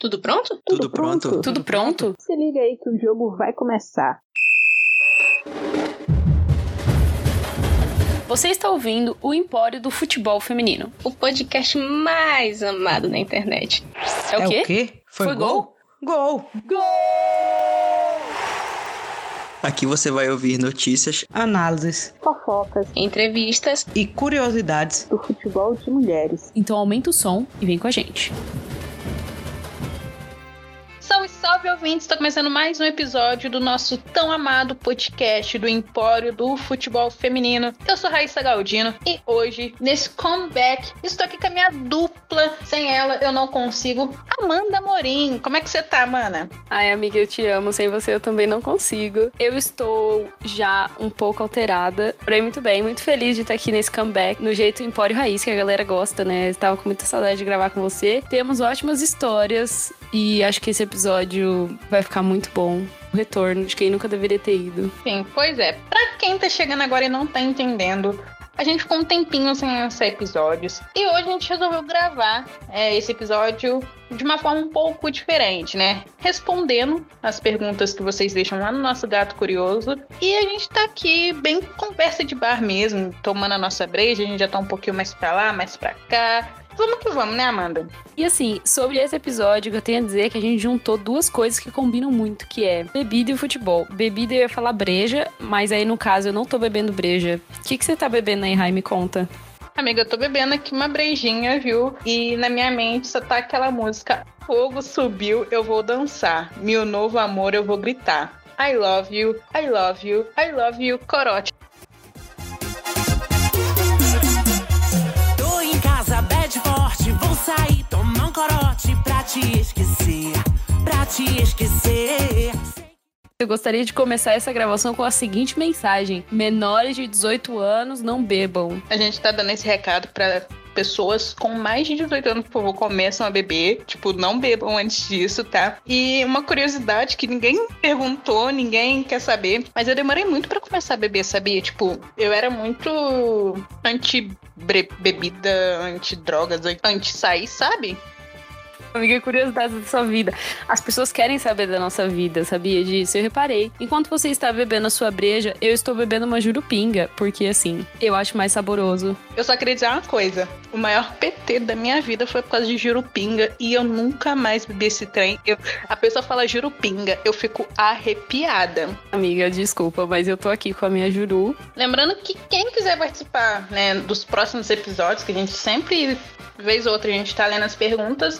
Tudo pronto? Tudo pronto? Tudo pronto? Se liga aí que o jogo vai começar. Você está ouvindo o Empório do Futebol Feminino. O podcast mais amado na internet. É o quê? O quê? Foi gol? Gol! Aqui você vai ouvir notícias, Análises Fofocas Entrevistas. e curiosidades. do futebol de mulheres. Então aumenta o som e vem com a gente. Salve, salve, ouvintes! Está começando mais um episódio do nosso tão amado podcast do Empório do Futebol Feminino. Eu sou Raíssa Galdino e hoje, nesse comeback, estou aqui com a minha dupla. Sem ela, eu não consigo. Amanda Morim. Como é que você tá, mana? Ai, amiga, eu te amo. Sem você eu também não consigo. Eu estou já um pouco alterada. Porém, muito bem. Muito feliz de estar aqui nesse comeback. No jeito Empório Raiz, que a galera gosta, né? Eu tava com muita saudade de gravar com você. Temos ótimas histórias e acho que esse episódio vai ficar muito bom. O retorno de quem nunca deveria ter ido. Sim, pois é. Pra quem tá chegando agora e não tá entendendo, a gente ficou um tempinho sem lançar episódios. E hoje a gente resolveu gravar esse episódio de uma forma um pouco diferente, né? Respondendo as perguntas que vocês deixam lá no nosso Gato Curioso. E a gente tá aqui bem conversa de bar mesmo, tomando a nossa breja. A gente já tá um pouquinho mais pra lá, mais pra cá. Vamos que vamos, né, Amanda? E assim, sobre esse episódio, o que eu tenho a dizer é que a gente juntou duas coisas que combinam muito, que é bebida e futebol. Bebida eu ia falar breja, mas aí no caso eu não tô bebendo breja. O que você tá bebendo aí, Rai? Me conta. Amiga, eu tô bebendo aqui uma brejinha, viu? E na minha mente só tá aquela música: fogo subiu, eu vou dançar. Meu novo amor, eu vou gritar. I love you, I love you, I love you, corote. Tô em casa, bad forte, vou sair, tomar um corote pra te esquecer, pra te esquecer. Eu gostaria de começar essa gravação com a seguinte mensagem: menores de 18 anos não bebam. A gente tá dando esse recado pra pessoas com mais de 18 anos, por favor, começam a beber. Tipo, não bebam antes disso, tá? E uma curiosidade que ninguém perguntou, ninguém quer saber, mas eu demorei muito pra começar a beber, sabia? Tipo, eu era muito anti-bebida, anti-drogas, anti-sair, sabe? Amiga, curiosidade da sua vida. As pessoas querem saber da nossa vida, sabia disso? Eu reparei. Enquanto você está bebendo a sua breja, eu estou bebendo uma jurupinga, porque assim, eu acho mais saboroso. Eu só queria dizer uma coisa: o maior PT da minha vida foi por causa de jurupinga e eu nunca mais bebi esse trem. A pessoa fala jurupinga, eu fico arrepiada. Amiga, desculpa, mas eu tô aqui com a minha juru. Lembrando que quem quiser participar, né, dos próximos episódios, que a gente sempre, vez ou outra, a gente tá lendo as perguntas.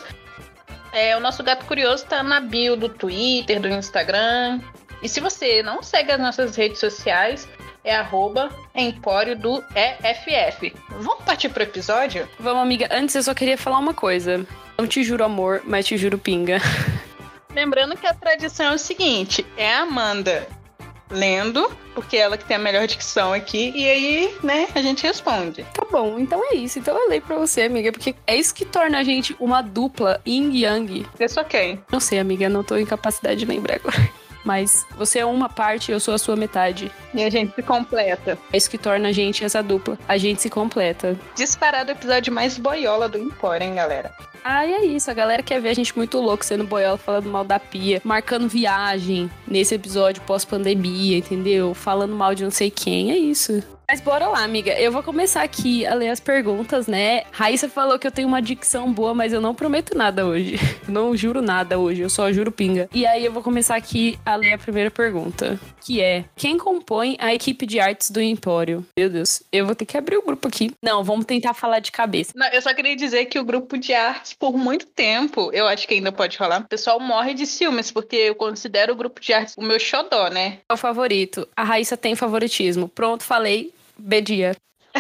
O nosso Gato Curioso tá na bio do Twitter, do Instagram. E se você não segue as nossas redes sociais, é @Empório do EFF. Vamos partir pro episódio? Vamos, amiga. Antes eu só queria falar uma coisa. Não te juro amor, mas te juro pinga. Lembrando que a tradição é o seguinte: é a Amanda lendo, porque é ela que tem a melhor dicção aqui, e aí, né, a gente responde. Tá bom, então é isso. Então eu leio pra você, amiga, porque é isso que torna a gente uma dupla yin-yang. Eu sou quem? Não sei, amiga, não tô em capacidade de lembrar agora. Mas você é uma parte e eu sou a sua metade. E a gente se completa. É isso que torna a gente essa dupla. A gente se completa. Disparado o episódio mais boiola do Empório, hein, galera? Ah, e é isso. A galera quer ver a gente muito louco sendo boiola, falando mal da pia, marcando viagem nesse episódio pós-pandemia, entendeu? Falando mal de não sei quem. É isso. Mas bora lá, amiga. Eu vou começar aqui a ler as perguntas, né? Raíssa falou que eu tenho uma dicção boa, mas eu não prometo nada hoje. Não juro nada hoje, eu só juro pinga. E aí eu vou começar aqui a ler a primeira pergunta, que é: quem compõe a equipe de artes do Empório? Meu Deus, eu vou ter que abrir o grupo aqui. Não, vamos tentar falar de cabeça. Não, eu só queria dizer que o grupo de artes, por muito tempo, eu acho que ainda pode rolar, o pessoal morre de ciúmes, porque eu considero o grupo de artes o meu xodó, né? É o favorito. A Raíssa tem favoritismo. Pronto, falei. Bedia.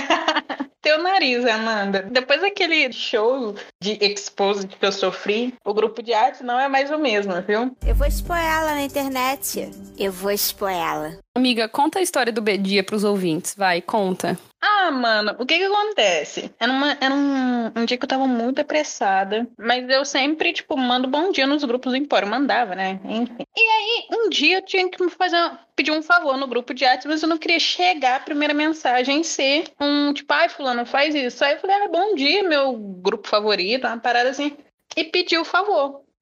Teu nariz, Amanda. Depois daquele show de Exposed que eu sofri, o grupo de arte não é mais o mesmo, viu? Eu vou expor ela na internet. Eu vou expor ela. Amiga, conta a história do Bedia pros ouvintes. Vai, conta. Ah, mano, o que acontece? Era um dia que eu tava muito apressada, mas eu sempre, tipo, mando bom dia nos grupos do Empório. Mandava, né? Enfim. E aí, um dia eu tinha que pedir um favor no grupo de artes, mas eu não queria chegar a primeira mensagem e ser tipo, ai, fulano, faz isso. Aí eu falei, bom dia, meu grupo favorito, uma parada assim. E pedi o favor.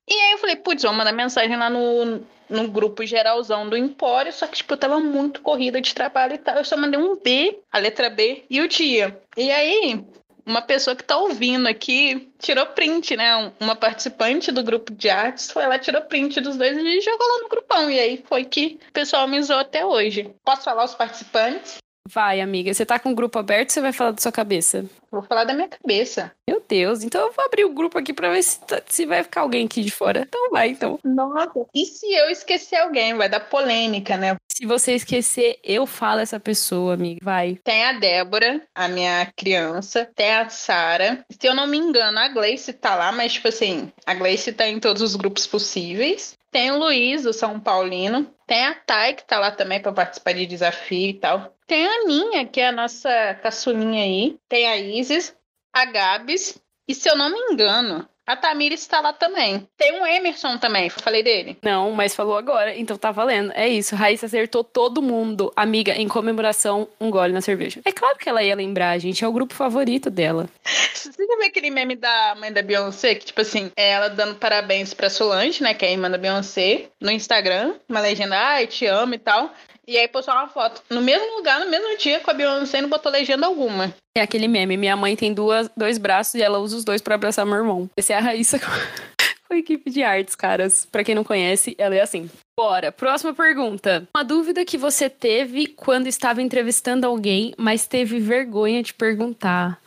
E aí eu falei, putz, vou mandar mensagem lá no grupo geralzão do Empório, só que, tipo, eu tava muito corrida de trabalho e tal. Eu só mandei um B, a letra B e o dia. E aí, uma pessoa que tá ouvindo aqui tirou print, né? Uma participante do grupo de artes foi lá, tirou print dos dois e jogou lá no grupão. E aí foi que o pessoal me zoou até hoje. Posso falar os participantes? Vai, amiga. Você tá com o grupo aberto ou você vai falar da sua cabeça? Vou falar da minha cabeça. Meu Deus. Então eu vou abrir o grupo aqui pra ver se vai ficar alguém aqui de fora. Então vai, então. Nossa. E se eu esquecer alguém? Vai dar polêmica, né? Se você esquecer, eu falo essa pessoa, amiga. Vai. Tem a Débora, a minha criança. Tem a Sara. Se eu não me engano, a Gleice tá lá, mas, tipo assim, a Gleice tá em todos os grupos possíveis. Tem o Luiz, do São Paulino. Tem a Thay, que tá lá também pra participar de desafio e tal. Tem a Aninha, que é a nossa caçulinha aí. Tem a Isis, a Gabs. E se eu não me engano, a Tamires tá lá também. Tem o Emerson também, falei dele. Não, mas falou agora, então tá valendo. É isso, Raíssa acertou todo mundo. Amiga, em comemoração, um gole na cerveja. É claro que ela ia lembrar, gente, é o grupo favorito dela. Você já viu aquele meme da mãe da Beyoncé? Que, tipo assim, é ela dando parabéns pra Solange, né, que é a irmã da Beyoncé, no Instagram. Uma legenda, ai, te amo e tal. E aí postou uma foto no mesmo lugar, no mesmo dia, com a Beyoncé e não botou legenda alguma. É aquele meme, minha mãe tem dois braços e ela usa os dois pra abraçar meu irmão. Essa é a Raíssa com a equipe de artes, caras. Pra quem não conhece, ela é assim. Bora, próxima pergunta. Uma dúvida que você teve quando estava entrevistando alguém, mas teve vergonha de perguntar.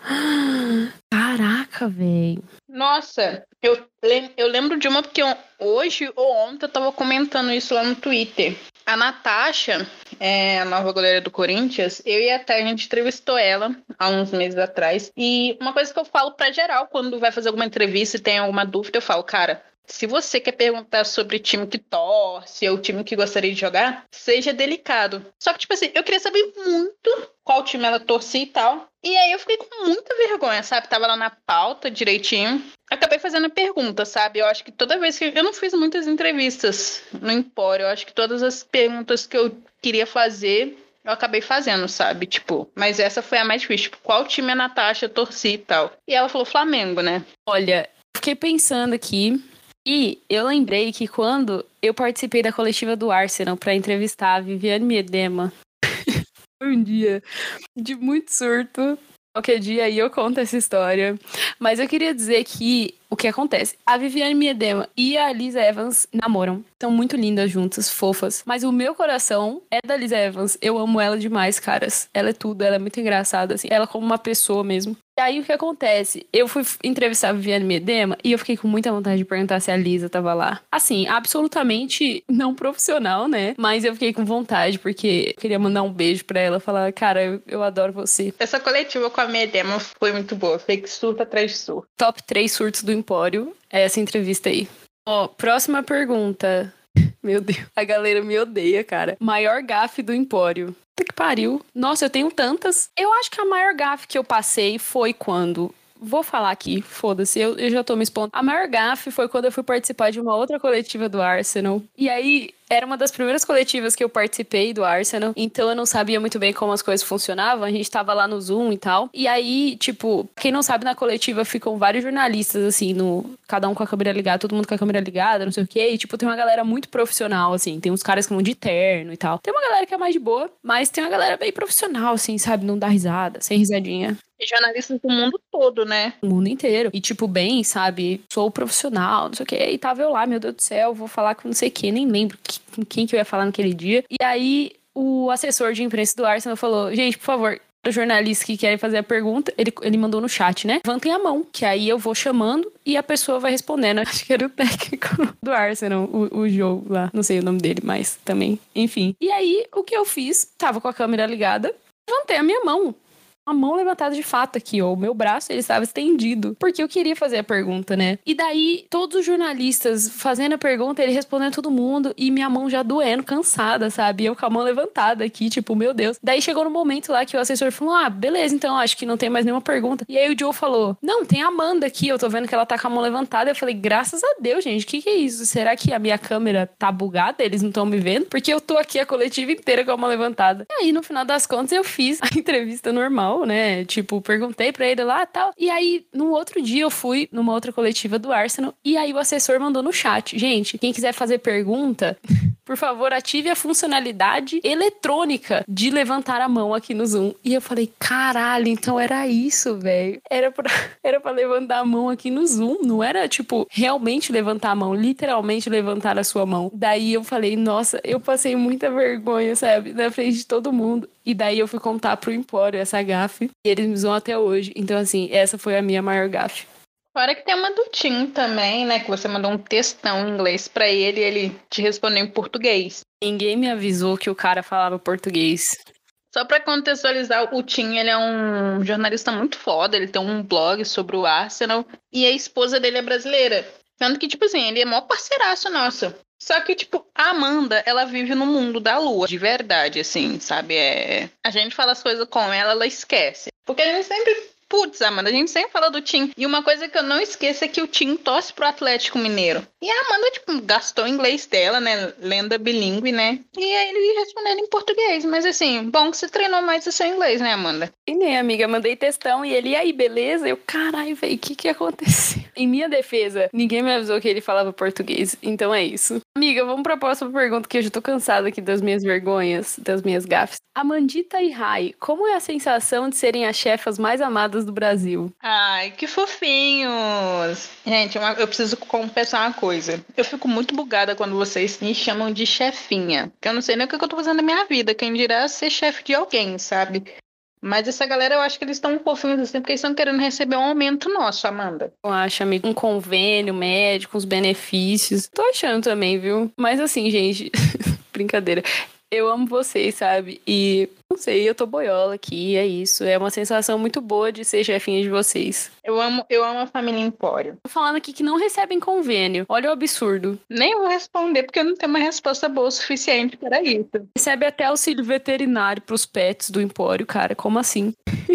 Caraca, velho. Nossa, eu lembro de uma porque hoje ou ontem eu tava comentando isso lá no Twitter. A Natasha, a nova goleira do Corinthians, eu e a Thay, a gente entrevistou ela há uns meses atrás. E uma coisa que eu falo pra geral, quando vai fazer alguma entrevista e tem alguma dúvida, eu falo, cara, se você quer perguntar sobre time que torce ou time que gostaria de jogar, seja delicado. Só que, tipo assim, eu queria saber muito qual time ela torcia e tal. E aí eu fiquei com muita vergonha, sabe? Tava lá na pauta direitinho. Acabei fazendo a pergunta, sabe? Eu acho que toda vez que... Eu não fiz muitas entrevistas no Empório. Eu acho que todas as perguntas que eu queria fazer, eu acabei fazendo, sabe? Tipo, mas essa foi a mais difícil. Tipo, qual time a Natasha torcia e tal? E ela falou Flamengo, né? Olha, fiquei pensando aqui... E eu lembrei que quando eu participei da coletiva do Arsenal pra entrevistar a Viviane Miedema, foi um dia de muito surto. Qualquer dia aí eu conto essa história. Mas eu queria dizer que o que acontece? A Viviane Miedema e a Liz Evans namoram. São muito lindas juntas, fofas. Mas o meu coração é da Liz Evans. Eu amo ela demais, caras. Ela é tudo, ela é muito engraçada, assim. Ela como uma pessoa mesmo. E aí o que acontece? Eu fui entrevistar a Viviane Miedema e eu fiquei com muita vontade de perguntar se a Lisa tava lá. Assim, absolutamente não profissional, né? Mas eu fiquei com vontade porque eu queria mandar um beijo pra ela, falar, cara, eu adoro você. Essa coletiva com a Miedema foi muito boa. Fake surto atrás de surto. Top 3 surtos do Empório é essa entrevista aí. Ó, próxima pergunta. Meu Deus, a galera me odeia, cara. Maior gafe do Empório. Puta que pariu. Nossa, eu tenho tantas. Eu acho que a maior gafe que eu passei foi quando... Vou falar aqui, foda-se, eu já tô me expondo. A maior gafe foi quando eu fui participar de uma outra coletiva do Arsenal. E aí, era uma das primeiras coletivas que eu participei do Arsenal. Então eu não sabia muito bem como as coisas funcionavam. A gente tava lá no Zoom e tal. E aí, tipo, quem não sabe, na coletiva ficam vários jornalistas, assim, cada um com a câmera ligada, todo mundo com a câmera ligada, não sei o quê. E, tipo, tem uma galera muito profissional, assim. Tem uns caras que vão de terno e tal. Tem uma galera que é mais de boa, mas tem uma galera bem profissional, assim, sabe? Não dá risada, sem risadinha. E jornalistas do mundo todo, né? O mundo inteiro. E, tipo, bem, sabe? Sou profissional, não sei o quê. E tava eu lá, meu Deus do céu, vou falar com não sei quem, nem lembro com quem que eu ia falar naquele dia. E aí, o assessor de imprensa do Arsenal falou, gente, por favor, os jornalistas que querem fazer a pergunta, ele mandou no chat, né? Levantem a mão, que aí eu vou chamando e a pessoa vai respondendo. Acho que era o técnico do Arsenal, o jogo lá. Não sei o nome dele, mas também, enfim. E aí, o que eu fiz? Tava com a câmera ligada, levantei a minha mão. A mão levantada de fato aqui, ó. O meu braço, ele estava estendido. Porque eu queria fazer a pergunta, né? E daí, todos os jornalistas fazendo a pergunta, ele respondendo todo mundo. E minha mão já doendo, cansada, sabe? E eu com a mão levantada aqui, tipo, meu Deus. Daí chegou no momento lá que o assessor falou, beleza, então acho que não tem mais nenhuma pergunta. E aí o Joe falou, não, tem a Amanda aqui. Eu tô vendo que ela tá com a mão levantada. Eu falei, graças a Deus, gente. O que é isso? Será que a minha câmera tá bugada? Eles não estão me vendo? Porque eu tô aqui a coletiva inteira com a mão levantada. E aí, no final das contas, eu fiz a entrevista normal. normal, né? Tipo, perguntei pra ele lá e tal. E aí, no outro dia, eu fui numa outra coletiva do Arsenal. E aí, o assessor mandou no chat. Gente, quem quiser fazer pergunta, por favor, ative a funcionalidade eletrônica de levantar a mão aqui no Zoom. E eu falei, caralho, então era isso, velho. Era pra levantar a mão aqui no Zoom. Não era, tipo, realmente levantar a mão. Literalmente levantar a sua mão. Daí eu falei, nossa, eu passei muita vergonha, sabe? Na frente de todo mundo. E daí eu fui contar pro Empório essa gafe. E eles me zoam até hoje. Então, assim, essa foi a minha maior gafe. Fora que tem uma do Tim também, né? Que você mandou um textão em inglês pra ele e ele te respondeu em português. Ninguém me avisou que o cara falava português. Só pra contextualizar, o Tim, ele é um jornalista muito foda. Ele tem um blog sobre o Arsenal. E a esposa dele é brasileira. Tanto que, tipo assim, ele é maior parceiraço nossa. Só que, tipo, a Amanda, ela vive no mundo da lua, de verdade, assim, sabe? A gente fala as coisas com ela, ela esquece. Porque a gente sempre... Putz, Amanda, a gente sempre fala do Tim. E uma coisa que eu não esqueço é que o Tim torce pro Atlético Mineiro. E a Amanda, tipo, gastou o inglês dela, né? Lenda bilíngue, né? E aí ele respondeu em português. Mas assim, bom que você treinou mais o seu inglês, né, Amanda? E nem, amiga, mandei textão e ele, e aí, beleza? Eu, caralho, velho, o que aconteceu? Em minha defesa, ninguém me avisou que ele falava português. Então é isso. Amiga, vamos pra próxima pergunta, que eu já tô cansada aqui das minhas vergonhas, das minhas gafes. Amandita e Rai, como é a sensação de serem as chefas mais amadas do Brasil? Ai, que fofinhos! Gente, eu preciso confessar uma coisa. Eu fico muito bugada quando vocês me chamam de chefinha. Que eu não sei nem o que eu tô fazendo na minha vida. Quem dirá ser chefe de alguém, sabe? Mas essa galera, eu acho que eles estão fofinhos assim, porque eles estão querendo receber um aumento nosso, Amanda. Eu acho, amigo, um convênio médico, uns benefícios. Tô achando também, viu? Mas assim, gente, brincadeira. Eu amo vocês, sabe? E, não sei, eu tô boiola aqui, é isso. É uma sensação muito boa de ser chefinha de vocês. Eu amo a família Empório. Tô falando aqui que não recebem convênio. Olha o absurdo. Nem vou responder, porque eu não tenho uma resposta boa o suficiente para isso. Recebe até auxílio veterinário pros pets do Empório, cara. Como assim?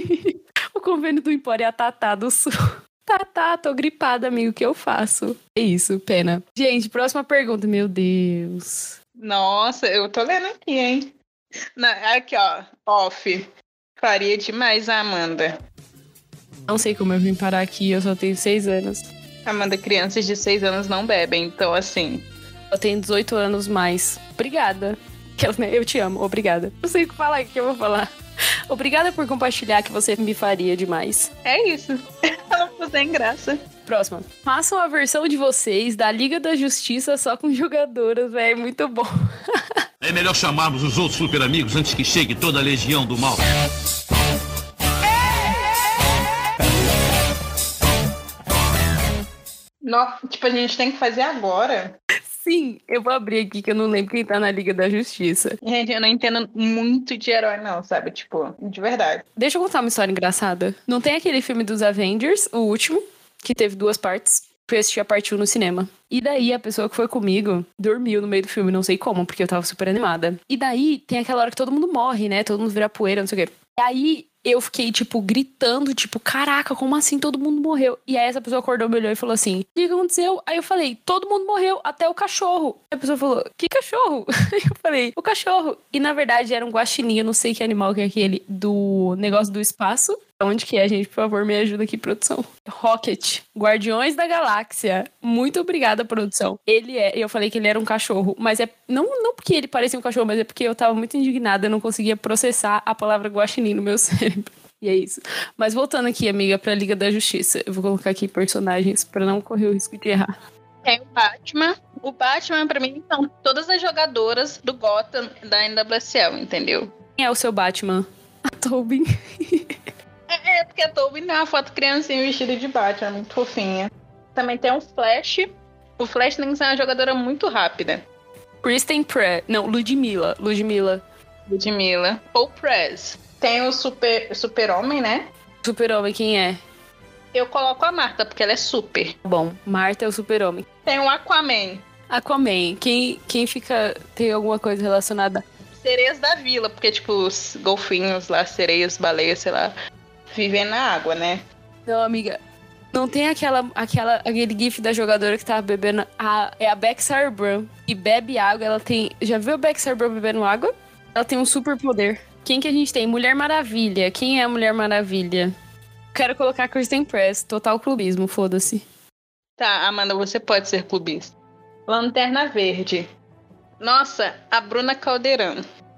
O convênio do Empório é a Tatá do Sul. Tatá, tô gripada, amigo. O que eu faço? É isso, pena. Gente, próxima pergunta. Meu Deus. Nossa, eu tô lendo aqui, hein? Aqui, ó. Off. Faria demais a Amanda. Não sei como eu vim parar aqui. Eu só tenho 6 anos. Amanda, crianças de 6 anos não bebem. Então, assim... Eu tenho 18 anos mais. Obrigada. Eu te amo. Obrigada. Não sei o que falar, o que eu vou falar. Obrigada por compartilhar que você me faria demais. É isso. Ela ficou sem graça. Próxima. Façam a versão de vocês da Liga da Justiça só com jogadoras, velho. Muito bom. É melhor chamarmos os outros super amigos antes que chegue toda a legião do mal. Nossa, tipo, a gente tem que fazer agora. Sim, eu vou abrir aqui que eu não lembro quem tá na Liga da Justiça. Gente, eu não entendo muito de herói, não, sabe? Tipo, de verdade. Deixa eu contar uma história engraçada. Não tem aquele filme dos Avengers, o último, que teve 2 partes? Fui assistir a parte 1 no cinema. E daí, a pessoa que foi comigo dormiu no meio do filme, não sei como, porque eu tava super animada. E daí, tem aquela hora que todo mundo morre, né? Todo mundo vira poeira, não sei o quê. E aí, eu fiquei, tipo, gritando, tipo, caraca, como assim todo mundo morreu? E aí, essa pessoa acordou, me olhou e falou assim, o que aconteceu? Aí eu falei, todo mundo morreu, até o cachorro. Aí a pessoa falou, que cachorro? Aí eu falei, o cachorro. E, na verdade, era um guaxinim, eu não sei que animal que é aquele, do negócio do espaço. Onde que é, gente? Por favor, me ajuda aqui, produção. Rocket, Guardiões da Galáxia. Muito obrigada, produção. Eu falei que ele era um cachorro, mas é não porque ele parecia um cachorro, mas é porque eu tava muito indignada, eu não conseguia processar a palavra guaxinim no meu cérebro. E é isso. Mas voltando aqui, amiga, pra Liga da Justiça. Eu vou colocar aqui personagens pra não correr o risco de errar. Tem o Batman. O Batman, pra mim, são todas as jogadoras do Gotham da NWSL, entendeu? Quem é o seu Batman? A Tobin. Porque a Tobin tem uma foto criancinha vestida de Batman, muito fofinha. Também tem o Flash. O Flash tem que ser uma jogadora muito rápida. Kristen Press. Não, Ludmilla. Ou Press. Tem o Super-Homem, né? Super-Homem, quem é? Eu coloco a Marta, porque ela é super. Bom, Marta é o Super-Homem. Tem o Aquaman. Quem fica... Tem alguma coisa relacionada? Sereias da Vila, porque, tipo, os golfinhos lá, sereias, baleias, sei lá, vivem na água, né? Não, amiga... Não tem aquele gif da jogadora que tava bebendo... É a Bexar Brum. E bebe água, ela tem... Já viu a Bexar Brum bebendo água? Ela tem um super poder. Quem que a gente tem? Mulher Maravilha. Quem é a Mulher Maravilha? Quero colocar a Kristen Press. Total clubismo, foda-se. Tá, Amanda, você pode ser clubista. Lanterna Verde. Nossa, a Bruna Caldeirão.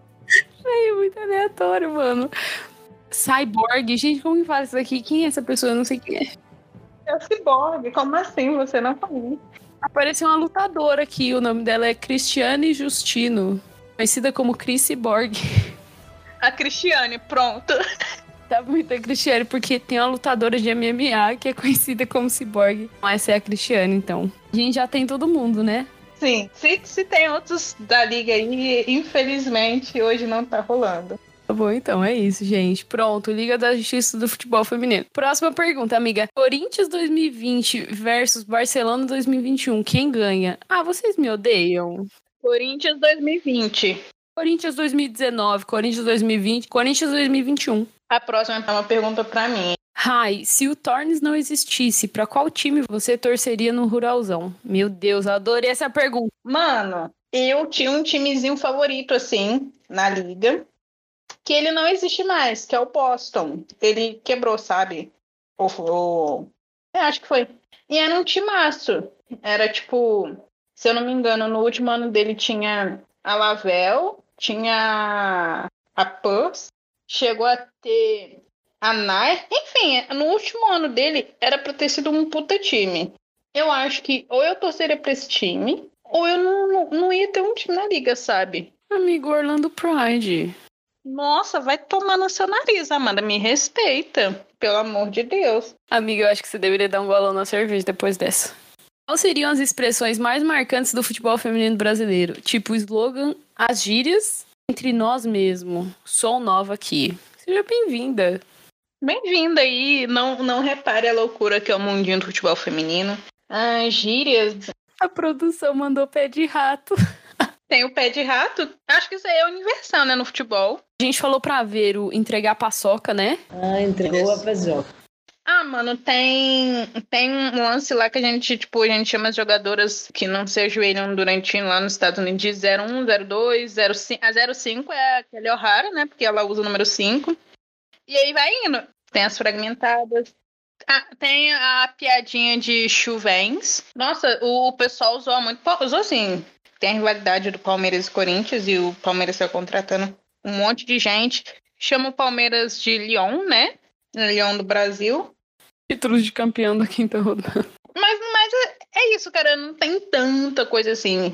É muito aleatório, mano. Cyborg. Gente, como que fala isso aqui? Quem é essa pessoa? Eu não sei quem é. É o Cyborg. Como assim? Você não falou? Apareceu uma lutadora aqui. O nome dela é Cristiane Justino. Conhecida como Cris Cyborg. A Cristiane, pronto. Tá muito a Cristiane, porque tem uma lutadora de MMA que é conhecida como Cyborg. Essa é a Cristiane, então. A gente já tem todo mundo, né? Sim, se tem outros da liga aí, infelizmente, hoje não tá rolando. Tá bom, então, é isso, gente. Pronto, Liga da Justiça do Futebol Feminino. Próxima pergunta, amiga. Corinthians 2020 versus Barcelona 2021, quem ganha? Ah, vocês me odeiam. Corinthians 2020. Corinthians 2019, Corinthians 2020, Corinthians 2021. A próxima é uma pergunta pra mim. Rai, se o Tornes não existisse, pra qual time você torceria no Ruralzão? Meu Deus, eu adorei essa pergunta. Mano, eu tinha um timezinho favorito, assim, na liga, que ele não existe mais, que é o Boston. Ele quebrou, sabe? Acho que foi. E era um timaço. Era tipo, se eu não me engano, no último ano dele tinha a Lavelle, tinha a Puss, chegou a ter a Nair. Enfim, no último ano dele era pra ter sido um puta time. Eu acho que ou eu torceria pra esse time, ou eu não ia ter um time na liga, sabe? Amigo, Orlando Pride. Nossa, vai tomar no seu nariz, Amanda. Me respeita, pelo amor de Deus. Amiga, eu acho que você deveria dar um golão na cerveja depois dessa. Quais seriam as expressões mais marcantes do futebol feminino brasileiro? Tipo o slogan, as gírias, entre nós mesmo. Sou nova aqui. Seja bem-vinda. Bem-vinda aí. Não repare a loucura que é o mundinho do futebol feminino. As gírias. A produção mandou pé de rato. Tem o pé de rato. Acho que isso aí é universal, né, no futebol. A gente falou pra Vero entregar a paçoca, né? Ah, entregou a paçoca. Ah, mano, tem um lance lá que a gente chama as jogadoras que não se ajoelham durante lá nos Estados Unidos de 01, 02, 05. A 05 é a Kelly O'Hara, né? Porque ela usa o número 5. E aí vai indo. Tem as fragmentadas. Ah, tem a piadinha de chuvens. Nossa, o pessoal usou muito. Usou assim. Tem a rivalidade do Palmeiras e Corinthians. E o Palmeiras está contratando um monte de gente. Chama o Palmeiras de Lyon, né? Lyon do Brasil. Títulos de campeão da quinta rodada. Mas é isso, cara. Não tem tanta coisa assim.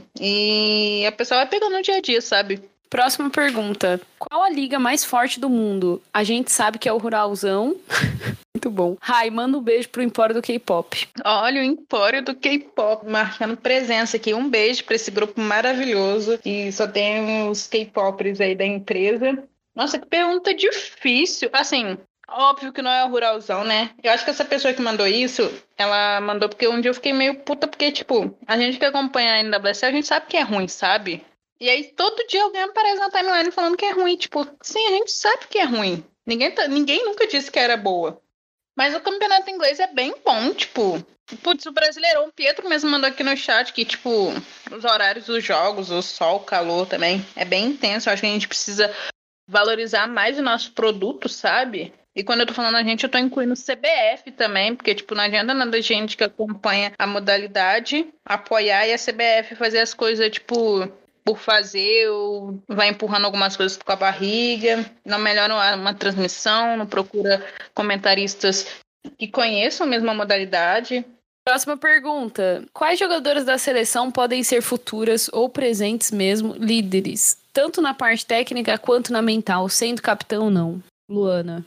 E a pessoa vai pegando no dia a dia, sabe? Próxima pergunta. Qual a liga mais forte do mundo? A gente sabe que é o Ruralzão. Muito bom. Rai, manda um beijo pro Empório do K-Pop. Olha, o Empório do K-Pop marcando presença aqui. Um beijo pra esse grupo maravilhoso. Que só tem os K-Popers aí da empresa. Nossa, que pergunta difícil. Assim, óbvio que não é o Ruralzão, né? Eu acho que essa pessoa que mandou isso, ela mandou porque um dia eu fiquei meio puta. Porque, tipo, a gente que acompanha a NWSL, a gente sabe que é ruim, sabe? E aí, todo dia alguém aparece na timeline falando que é ruim. Tipo, sim, a gente sabe que é ruim. Ninguém nunca disse que era boa. Mas o campeonato inglês é bem bom, tipo... Putz, o Brasileirão, o Pietro mesmo mandou aqui no chat que, tipo, os horários dos jogos, o sol, o calor também, é bem intenso. Eu acho que a gente precisa valorizar mais o nosso produto, sabe? E quando eu tô falando a gente, eu tô incluindo o CBF também, porque, tipo, não adianta nada a gente que acompanha a modalidade apoiar e a CBF fazer as coisas, tipo... por fazer, ou vai empurrando algumas coisas com a barriga, não melhora uma transmissão, não procura comentaristas que conheçam a mesma modalidade. Próxima pergunta. Quais jogadoras da seleção podem ser futuras ou presentes mesmo líderes, tanto na parte técnica quanto na mental, sendo capitão ou não? Luana,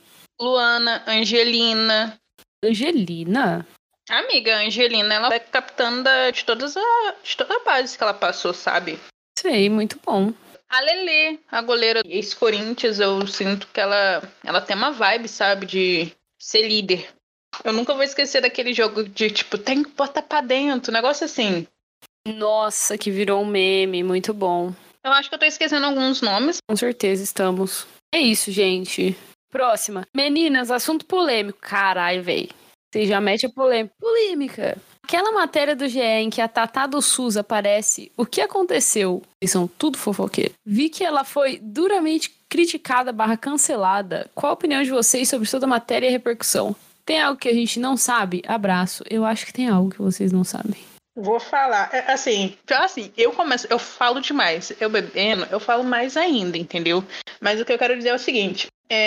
Angelina. Angelina? Amiga, a Angelina, ela é capitã de toda a base que ela passou, sabe? Sei, muito bom. A Lelê, a goleira ex-Corinthians, eu sinto que ela tem uma vibe, sabe, de ser líder. Eu nunca vou esquecer daquele jogo de, tipo, tem que botar pra dentro, um negócio assim. Nossa, que virou um meme, muito bom. Eu acho que eu tô esquecendo alguns nomes. Com certeza estamos. É isso, gente. Próxima. Meninas, assunto polêmico. Caralho, véi. Você já mete a polêmica. Polêmica. Aquela matéria do GE em que a Tatá do SUS aparece, o que aconteceu? Eles são tudo fofoqueiros. Vi que ela foi duramente criticada / cancelada. Qual a opinião de vocês sobre toda a matéria e a repercussão? Tem algo que a gente não sabe? Abraço. Eu acho que tem algo que vocês não sabem. Vou falar, assim, eu falo demais. Eu bebendo, eu falo mais ainda, entendeu? Mas o que eu quero dizer é o seguinte.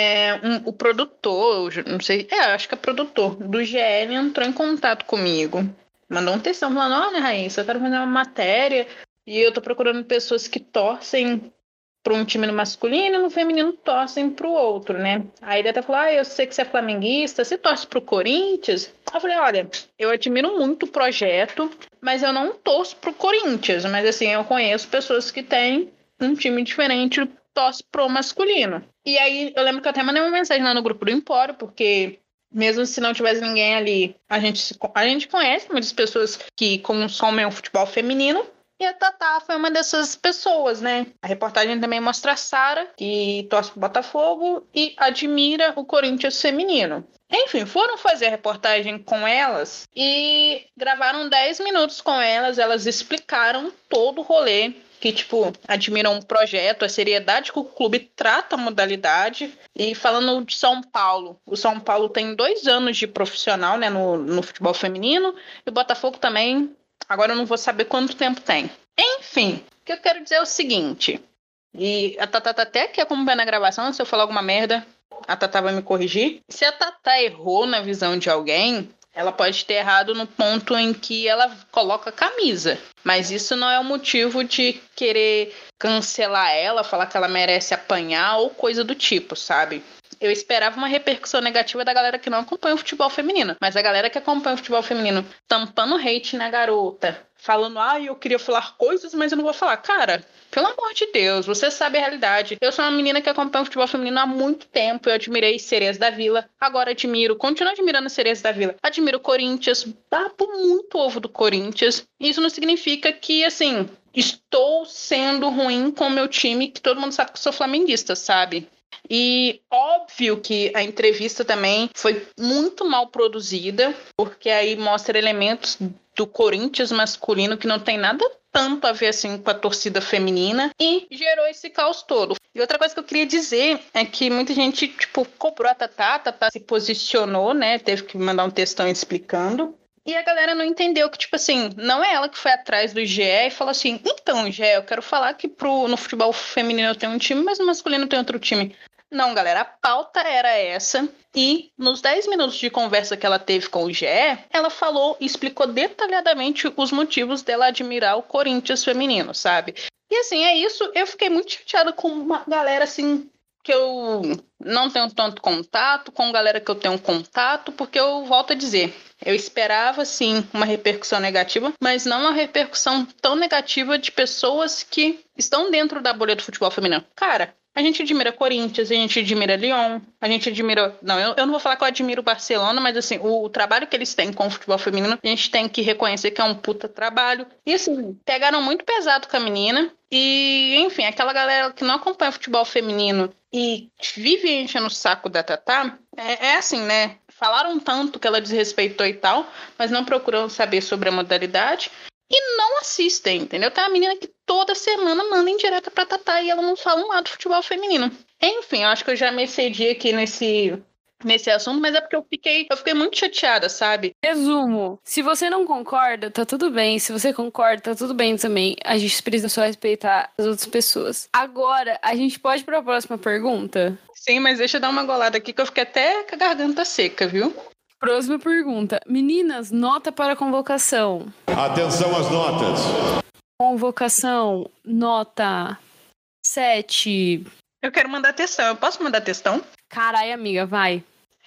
O produtor, não sei, acho que é produtor do GL entrou em contato comigo. Mandou um textão falando, olha, Raíssa, eu quero fazer uma matéria e eu tô procurando pessoas que torcem para um time no masculino e no feminino torcem pro outro, né? Aí ele até falou, eu sei que você é flamenguista, você torce pro Corinthians? Eu falei, olha, eu admiro muito o projeto, mas eu não torço pro Corinthians, mas assim, eu conheço pessoas que têm um time diferente, torce pro masculino. E aí, eu lembro que eu até mandei uma mensagem lá no grupo do Empório, porque mesmo se não tivesse ninguém ali, a gente conhece muitas pessoas que consomem o futebol feminino, e a Tatá foi uma dessas pessoas, né? A reportagem também mostra a Sara, que torce pro Botafogo e admira o Corinthians feminino. Enfim, foram fazer a reportagem com elas e gravaram 10 minutos com elas. Elas explicaram todo o rolê, que, admiram o projeto, a seriedade que o clube trata a modalidade. E falando de São Paulo, o São Paulo tem 2 anos de profissional, né, no futebol feminino, e o Botafogo também. Agora eu não vou saber quanto tempo tem. Enfim, o que eu quero dizer é o seguinte. E a Tatá tá até aqui acompanhando a gravação. Se eu falar alguma merda, a Tatá vai me corrigir. Se a Tatá errou na visão de alguém, ela pode ter errado no ponto em que ela coloca a camisa. Mas isso não é o motivo de querer cancelar ela, falar que ela merece apanhar ou coisa do tipo, sabe? Eu esperava uma repercussão negativa da galera que não acompanha o futebol feminino. Mas a galera que acompanha o futebol feminino tampando hate na garota, falando, eu queria falar coisas, mas eu não vou falar. Cara, pelo amor de Deus, você sabe a realidade. Eu sou uma menina que acompanha o futebol feminino há muito tempo. Eu admirei Sereias da Vila, agora continuo admirando Sereias da Vila. Admiro o Corinthians, papo muito ovo do Corinthians. Isso não significa que, assim, estou sendo ruim com o meu time, que todo mundo sabe que eu sou flamenguista, sabe? E óbvio que a entrevista também foi muito mal produzida, porque aí mostra elementos do Corinthians masculino que não tem nada tanto a ver assim com a torcida feminina e gerou esse caos todo. E outra coisa que eu queria dizer é que muita gente, cobrou a Tatá se posicionou, né, teve que mandar um textão explicando. E a galera não entendeu que, não é ela que foi atrás do GE e falou assim, então, GE, eu quero falar que no futebol feminino eu tenho um time, mas no masculino eu tenho outro time. Não, galera, a pauta era essa. E nos 10 minutos de conversa que ela teve com o GE, ela falou e explicou detalhadamente os motivos dela admirar o Corinthians feminino, sabe? E assim, é isso. Eu fiquei muito chateada com uma galera, assim, que eu não tenho tanto contato, com galera que eu tenho contato, porque eu volto a dizer, eu esperava, sim, uma repercussão negativa, mas não uma repercussão tão negativa de pessoas que estão dentro da bolha do futebol feminino. Cara, a gente admira Corinthians, a gente admira Lyon, a gente admira... Não, eu não vou falar que eu admiro o Barcelona, mas assim, o trabalho que eles têm com o futebol feminino, a gente tem que reconhecer que é um puta trabalho. E assim, pegaram muito pesado com a menina. E, enfim, aquela galera que não acompanha o futebol feminino e vive enchendo o saco da Tatá, é assim, né? Falaram tanto que ela desrespeitou e tal, mas não procuram saber sobre a modalidade. E não assistem, entendeu? Tem uma menina que toda semana manda em direta pra Tatá e ela não fala um lado do futebol feminino. Enfim, eu acho que eu já me excedi aqui nesse assunto, mas é porque eu fiquei muito chateada, sabe? Resumo, se você não concorda, tá tudo bem. Se você concorda, tá tudo bem também. A gente precisa só respeitar as outras pessoas. Agora, a gente pode ir pra próxima pergunta? Sim, mas deixa eu dar uma golada aqui que eu fiquei até com a garganta seca, viu? Próxima pergunta. Meninas, nota para convocação. Atenção às notas. Convocação, nota 7. Eu quero mandar textão. Eu posso mandar textão? Carai, amiga, vai.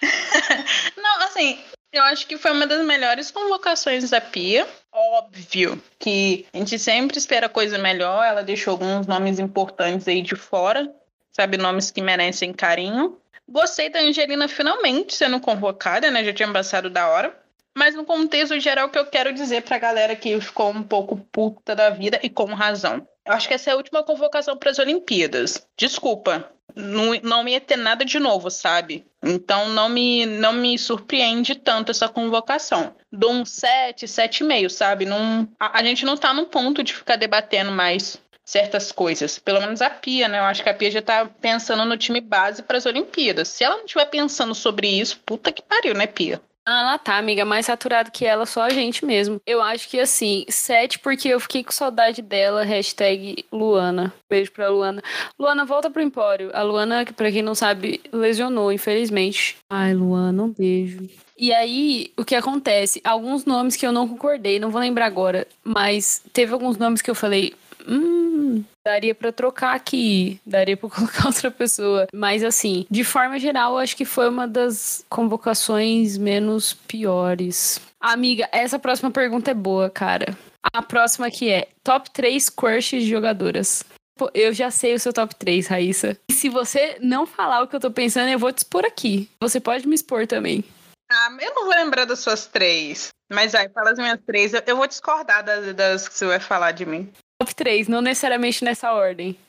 Não, assim, eu acho que foi uma das melhores convocações da Pia. Óbvio que a gente sempre espera coisa melhor. Ela deixou alguns nomes importantes aí de fora, sabe? Nomes que merecem carinho. Gostei da Angelina finalmente sendo convocada, né? Já tinha passado da hora. Mas no contexto geral, o que eu quero dizer pra galera que ficou um pouco puta da vida e com razão. Eu acho que essa é a última convocação para as Olimpíadas. Desculpa, não ia ter nada de novo, sabe? Então não me surpreende tanto essa convocação. Dou um 7,5, sabe? A gente não tá no ponto de ficar debatendo mais certas coisas. Pelo menos a Pia, né? Eu acho que a Pia já tá pensando no time base para as Olimpíadas. Se ela não estiver pensando sobre isso, puta que pariu, né, Pia? Ela tá, amiga, mais saturado que ela, só a gente mesmo. Eu acho que, assim, 7 porque eu fiquei com saudade dela, #Luana. Beijo pra Luana. Luana, volta pro Empório. A Luana, que pra quem não sabe, lesionou, infelizmente. Ai, Luana, um beijo. E aí, o que acontece? Alguns nomes que eu não concordei, não vou lembrar agora, mas teve alguns nomes que eu falei... daria pra trocar aqui, daria pra colocar outra pessoa. Mas assim, de forma geral, eu acho que foi uma das convocações menos piores. Amiga, essa próxima pergunta é boa, cara. A próxima aqui é top 3 crushes de jogadoras. Pô, eu já sei o seu top 3, Raíssa. E se você não falar o que eu tô pensando, eu vou te expor aqui. Você pode me expor também. Eu não vou lembrar das suas 3. Mas aí, fala as minhas 3. Eu vou discordar das que você vai falar de mim. Top 3, não necessariamente nessa ordem.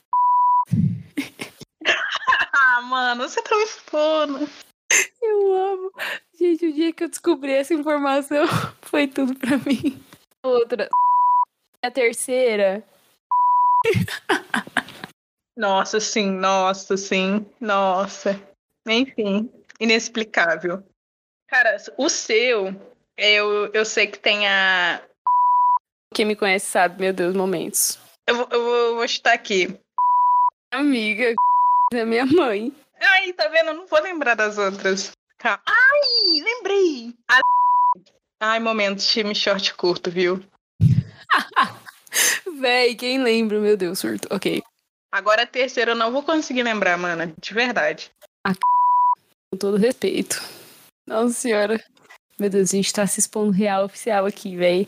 Mano, você tá me expondo. Eu amo. Gente, o dia que eu descobri essa informação foi tudo pra mim. Outra. A terceira. Nossa, sim. Nossa. Enfim, inexplicável. Cara, o seu, eu sei que tem a... Quem me conhece sabe, meu Deus, momentos. Eu vou chutar aqui. Amiga, é minha mãe. Ai, tá vendo? Eu não vou lembrar das outras. Calma. Ai, lembrei. Ai, momentos, time short curto, viu? Véi, quem lembra? Meu Deus, surto. Ok. Agora a terceira eu não vou conseguir lembrar, mana. De verdade. Com todo respeito. Nossa senhora. Meu Deus, a gente tá se expondo real oficial aqui, véi.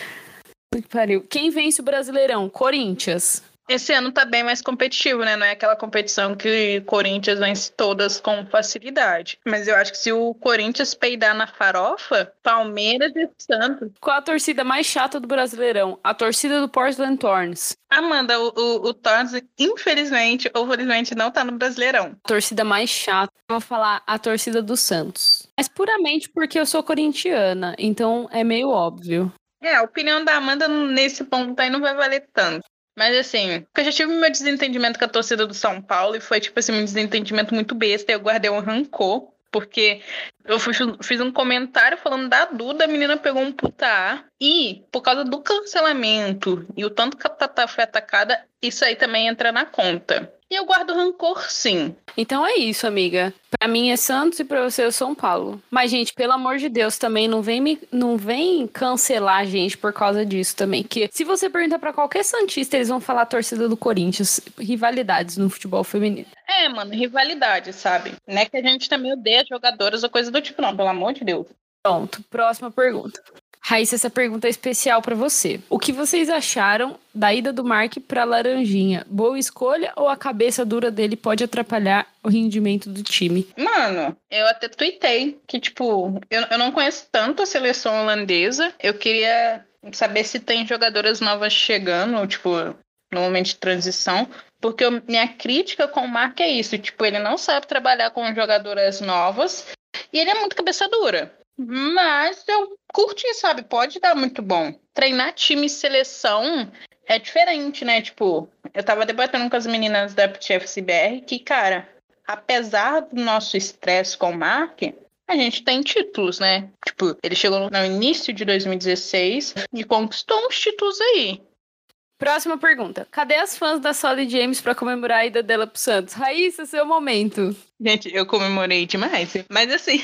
Que pariu. Quem vence o Brasileirão? Corinthians. Esse ano tá bem mais competitivo, né? Não é aquela competição que o Corinthians vence todas com facilidade. Mas eu acho que se o Corinthians peidar na farofa, Palmeiras e Santos... Qual a torcida mais chata do Brasileirão? A torcida do Portland Thorns. Amanda, o Thorns, infelizmente ou felizmente, não tá no Brasileirão. A torcida mais chata, eu vou falar a torcida do Santos. Mas puramente porque eu sou corintiana, então é meio óbvio. A opinião da Amanda nesse ponto aí não vai valer tanto. Mas assim, porque eu já tive meu desentendimento com a torcida do São Paulo e foi tipo assim, um desentendimento muito besta. Eu guardei um rancor, porque eu fiz um comentário falando da Duda, a menina pegou um puta A. E por causa do cancelamento e o tanto que a Tatá foi atacada, isso aí também entra na conta. E eu guardo rancor, sim. Então é isso, amiga. Pra mim é Santos e pra você é São Paulo. Mas, gente, pelo amor de Deus, também não vem cancelar a gente por causa disso também. Que se você perguntar pra qualquer santista, eles vão falar a torcida do Corinthians. Rivalidades no futebol feminino. Mano, rivalidade, sabe? Não é que a gente também odeia jogadoras ou coisa do tipo, não. Pelo amor de Deus. Pronto, próxima pergunta. Raíssa, essa pergunta é especial pra você. O que vocês acharam da ida do Mark pra Laranjinha? Boa escolha ou a cabeça dura dele pode atrapalhar o rendimento do time? Mano, eu até tuitei que, tipo, eu não conheço tanto a seleção holandesa. Eu queria saber se tem jogadoras novas chegando, tipo, no momento de transição. Porque minha crítica com o Mark é isso. Tipo, ele não sabe trabalhar com jogadoras novas e ele é muito cabeça dura. Mas eu curti, sabe? Pode dar muito bom. Treinar time e seleção é diferente, né? Tipo, eu tava debatendo com as meninas da PTFCBR que, cara, apesar do nosso estresse com o Mark, a gente tem títulos, né? Tipo, ele chegou no início de 2016 e conquistou uns títulos aí. Próxima pergunta. Cadê as fãs da Solly James pra comemorar a ida dela pro Santos? Raíssa, seu momento. Gente, eu comemorei demais. Mas assim...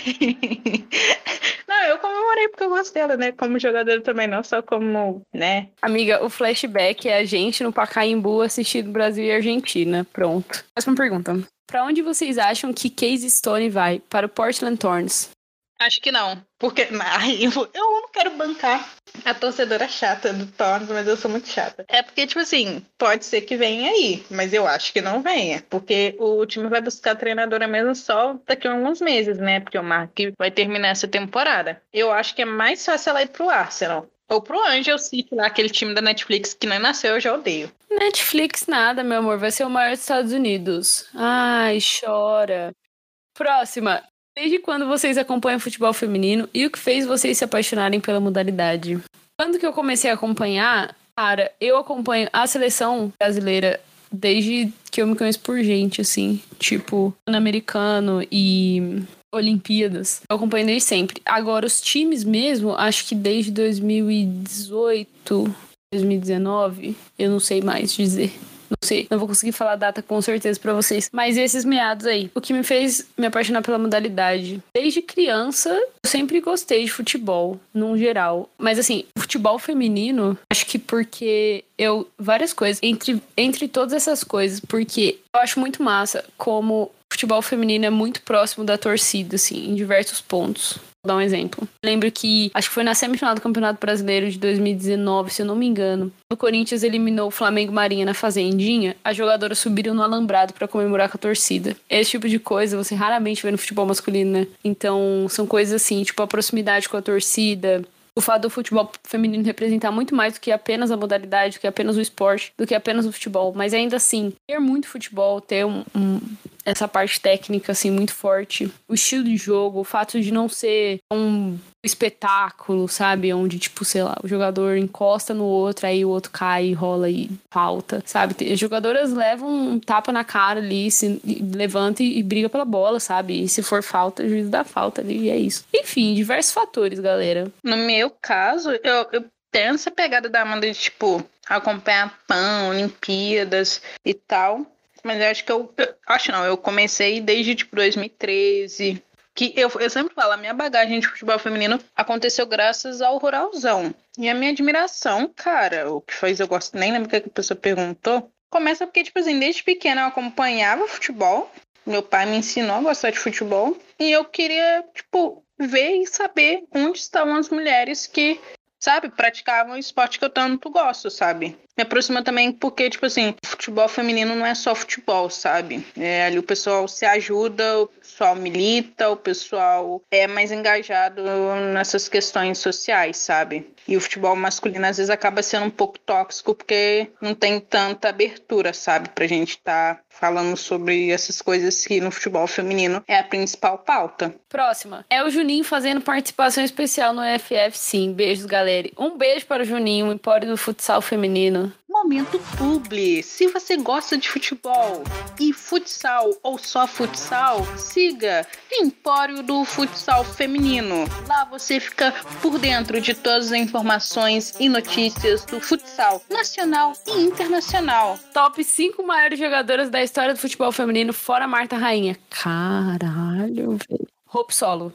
Não, eu comemorei porque eu gosto dela, né? Como jogadora também, não só como, né? Amiga, o flashback é a gente no Pacaembu assistindo Brasil e Argentina. Pronto. Próxima pergunta. Pra onde vocês acham que Casey Stone vai? Para o Portland Thorns? Acho que não. Porque eu não quero bancar a torcedora chata do Thorns, mas eu sou muito chata. É porque, tipo assim, pode ser que venha aí, mas eu acho que não venha. Porque o time vai buscar a treinadora mesmo só daqui a alguns meses, né? Porque o Mark vai terminar essa temporada. Eu acho que é mais fácil ela ir pro Arsenal. Ou pro Angel City, lá, aquele time da Netflix que não nasceu, eu já odeio. Netflix nada, meu amor. Vai ser o maior dos Estados Unidos. Ai, chora. Próxima. Desde quando vocês acompanham futebol feminino e o que fez vocês se apaixonarem pela modalidade? Quando que eu comecei a acompanhar, Cara, eu acompanho a seleção brasileira desde que eu me conheço por gente, assim. Tipo, Pan-Americano e Olimpíadas. Eu acompanho desde sempre. Agora, os times mesmo, acho que desde 2018, 2019, eu não sei mais dizer. Não sei, não vou conseguir falar a data com certeza pra vocês. Mas esses meados aí, o que me fez me apaixonar pela modalidade. Desde criança, eu sempre gostei de futebol, num geral. Mas assim, futebol feminino, acho que porque várias coisas, entre todas essas coisas, porque eu acho muito massa como o futebol feminino é muito próximo da torcida, assim, em diversos pontos. Vou dar um exemplo. Lembro que, acho que foi na semifinal do Campeonato Brasileiro de 2019, se eu não me engano. O Corinthians eliminou o Flamengo Marinha na Fazendinha, as jogadoras subiram no alambrado pra comemorar com a torcida. Esse tipo de coisa você raramente vê no futebol masculino, né? Então, são coisas assim, tipo a proximidade com a torcida. O fato do futebol feminino representar muito mais do que apenas a modalidade, do que apenas o esporte, do que apenas o futebol. Mas ainda assim, ter muito futebol, ter essa parte técnica, assim, muito forte. O estilo de jogo, o fato de não ser um espetáculo, sabe? Onde, tipo, sei lá, o jogador encosta no outro, aí o outro cai, rola e falta, sabe? As jogadoras levam um tapa na cara ali, se levanta e briga pela bola, sabe? E se for falta, o juiz dá falta ali e é isso. Enfim, diversos fatores, galera. No meu caso, eu tenho essa pegada da Amanda de, tipo, acompanhar PAN, Olimpíadas e tal. Mas eu acho que eu comecei desde, tipo, 2013. Que eu sempre falo, a minha bagagem de futebol feminino aconteceu graças ao Ruralzão. E a minha admiração, cara, o que fez eu gosto, nem lembro o que a pessoa perguntou, começa porque, tipo assim, desde pequena eu acompanhava futebol. Meu pai me ensinou a gostar de futebol. E eu queria, tipo, ver e saber onde estavam as mulheres que, sabe, praticavam o esporte que eu tanto gosto, sabe? Me aproxima também porque, tipo assim, futebol feminino não é só futebol, sabe? Ali o pessoal se ajuda, o pessoal milita, o pessoal é mais engajado nessas questões sociais, sabe? E o futebol masculino às vezes acaba sendo um pouco tóxico porque não tem tanta abertura, sabe? Pra gente tá falando sobre essas coisas que no futebol feminino é a principal pauta. Próxima. É o Juninho fazendo participação especial no FF, sim. Beijos, galera. Um beijo para o Juninho, o empório do futsal feminino. Momento publi. Se você gosta de futebol e futsal ou só futsal, siga Empório do Futsal Feminino. Lá você fica por dentro de todas as informações e notícias do futsal nacional e internacional. Top 5 maiores jogadoras da história do futebol feminino, fora Marta Rainha. Caralho, velho. Hope Solo.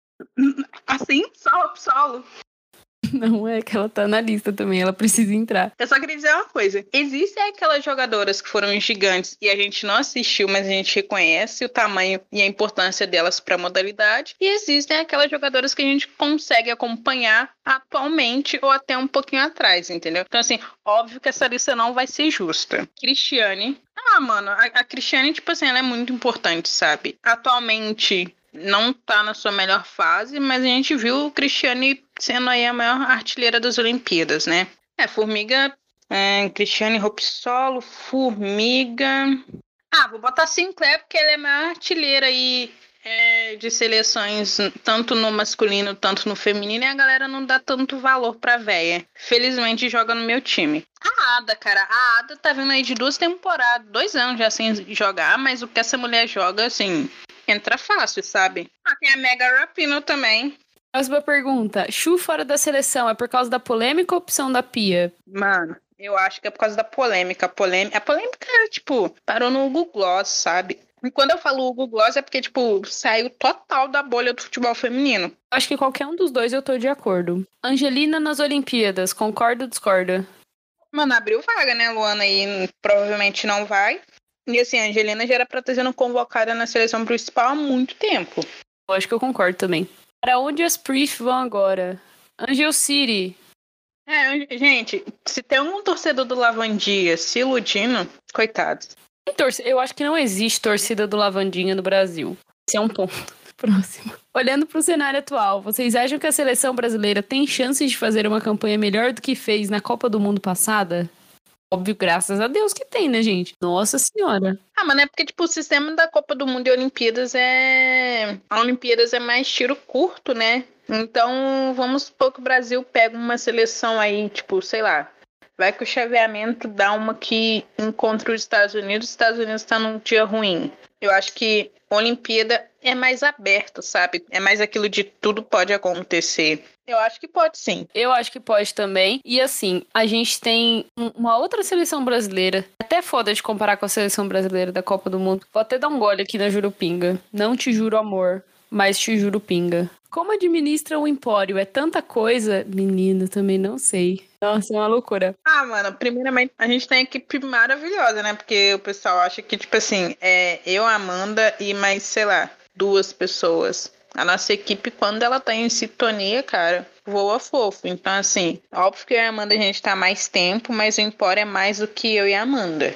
Assim? Só Hope Solo? Não é que ela tá na lista também, ela precisa entrar. Eu só queria dizer uma coisa. Existem aquelas jogadoras que foram gigantes e a gente não assistiu, mas a gente reconhece o tamanho e a importância delas pra modalidade. E existem aquelas jogadoras que a gente consegue acompanhar atualmente ou até um pouquinho atrás, entendeu? Então, assim, óbvio que essa lista não vai ser justa. Cristiane. Mano, a Cristiane, tipo assim, ela é muito importante, sabe? Atualmente não tá na sua melhor fase, mas a gente viu o Cristiane sendo aí a maior artilheira das Olimpíadas, né? Formiga, Cristiane, Hope Solo, Formiga... vou botar Sinclair porque ela é a maior artilheira aí de seleções, tanto no masculino, tanto no feminino, e a galera não dá tanto valor pra véia. Felizmente joga no meu time. A Ada, cara, a Ada tá vindo aí de 2 temporadas, 2 anos já sem jogar, mas o que essa mulher joga, assim, entra fácil, sabe? Tem a Mega Rapinoe também. Próxima pergunta. Chu fora da seleção é por causa da polêmica ou opção da Pia? Mano, eu acho que é por causa da polêmica. A polêmica, tipo, parou no Google Gloss, sabe? E quando eu falo Google Gloss é porque, tipo, saiu total da bolha do futebol feminino. Acho que qualquer um dos dois eu tô de acordo. Angelina nas Olimpíadas, concorda ou discorda? Mano, abriu vaga, né? Luana aí provavelmente não vai. E assim, a Angelina já era pra ter sido convocada na seleção principal há muito tempo. Eu acho que eu concordo também. Para onde as Priest vão agora? Angel City. Gente, se tem um torcedor do Lavandia se iludindo, coitado. Eu acho que não existe torcida do Lavandinha no Brasil. Esse é um ponto. Próximo. Olhando para o cenário atual, vocês acham que a seleção brasileira tem chances de fazer uma campanha melhor do que fez na Copa do Mundo passada? Óbvio, graças a Deus que tem, né, gente? Nossa Senhora. Mas é porque, tipo, o sistema da Copa do Mundo e Olimpíadas A Olimpíadas é mais tiro curto, né? Então, vamos supor que o Brasil pega uma seleção aí, tipo, sei lá, Vai que o chaveamento dá uma que encontra os Estados Unidos tá num dia ruim. Eu acho que a Olimpíada é mais aberta, sabe? É mais aquilo de tudo pode acontecer. Eu acho que pode sim. Eu acho que pode também. E assim, a gente tem uma outra seleção brasileira. Até foda de comparar com a seleção brasileira da Copa do Mundo. Vou até dar um gole aqui na Jurupinga. Não te juro amor, mas te juro pinga. Como administra o Empório? É tanta coisa? Menina, também não sei. Nossa, é uma loucura. Ah, mano, primeiramente, a gente tem uma equipe maravilhosa, né? Porque o pessoal acha que, tipo assim, eu, Amanda e mais, sei lá, 2 pessoas. A nossa equipe, quando ela tá em sintonia, cara, voa fofo. Então, assim, óbvio que eu e a Amanda a gente tá mais tempo, mas o Empório é mais do que eu e a Amanda.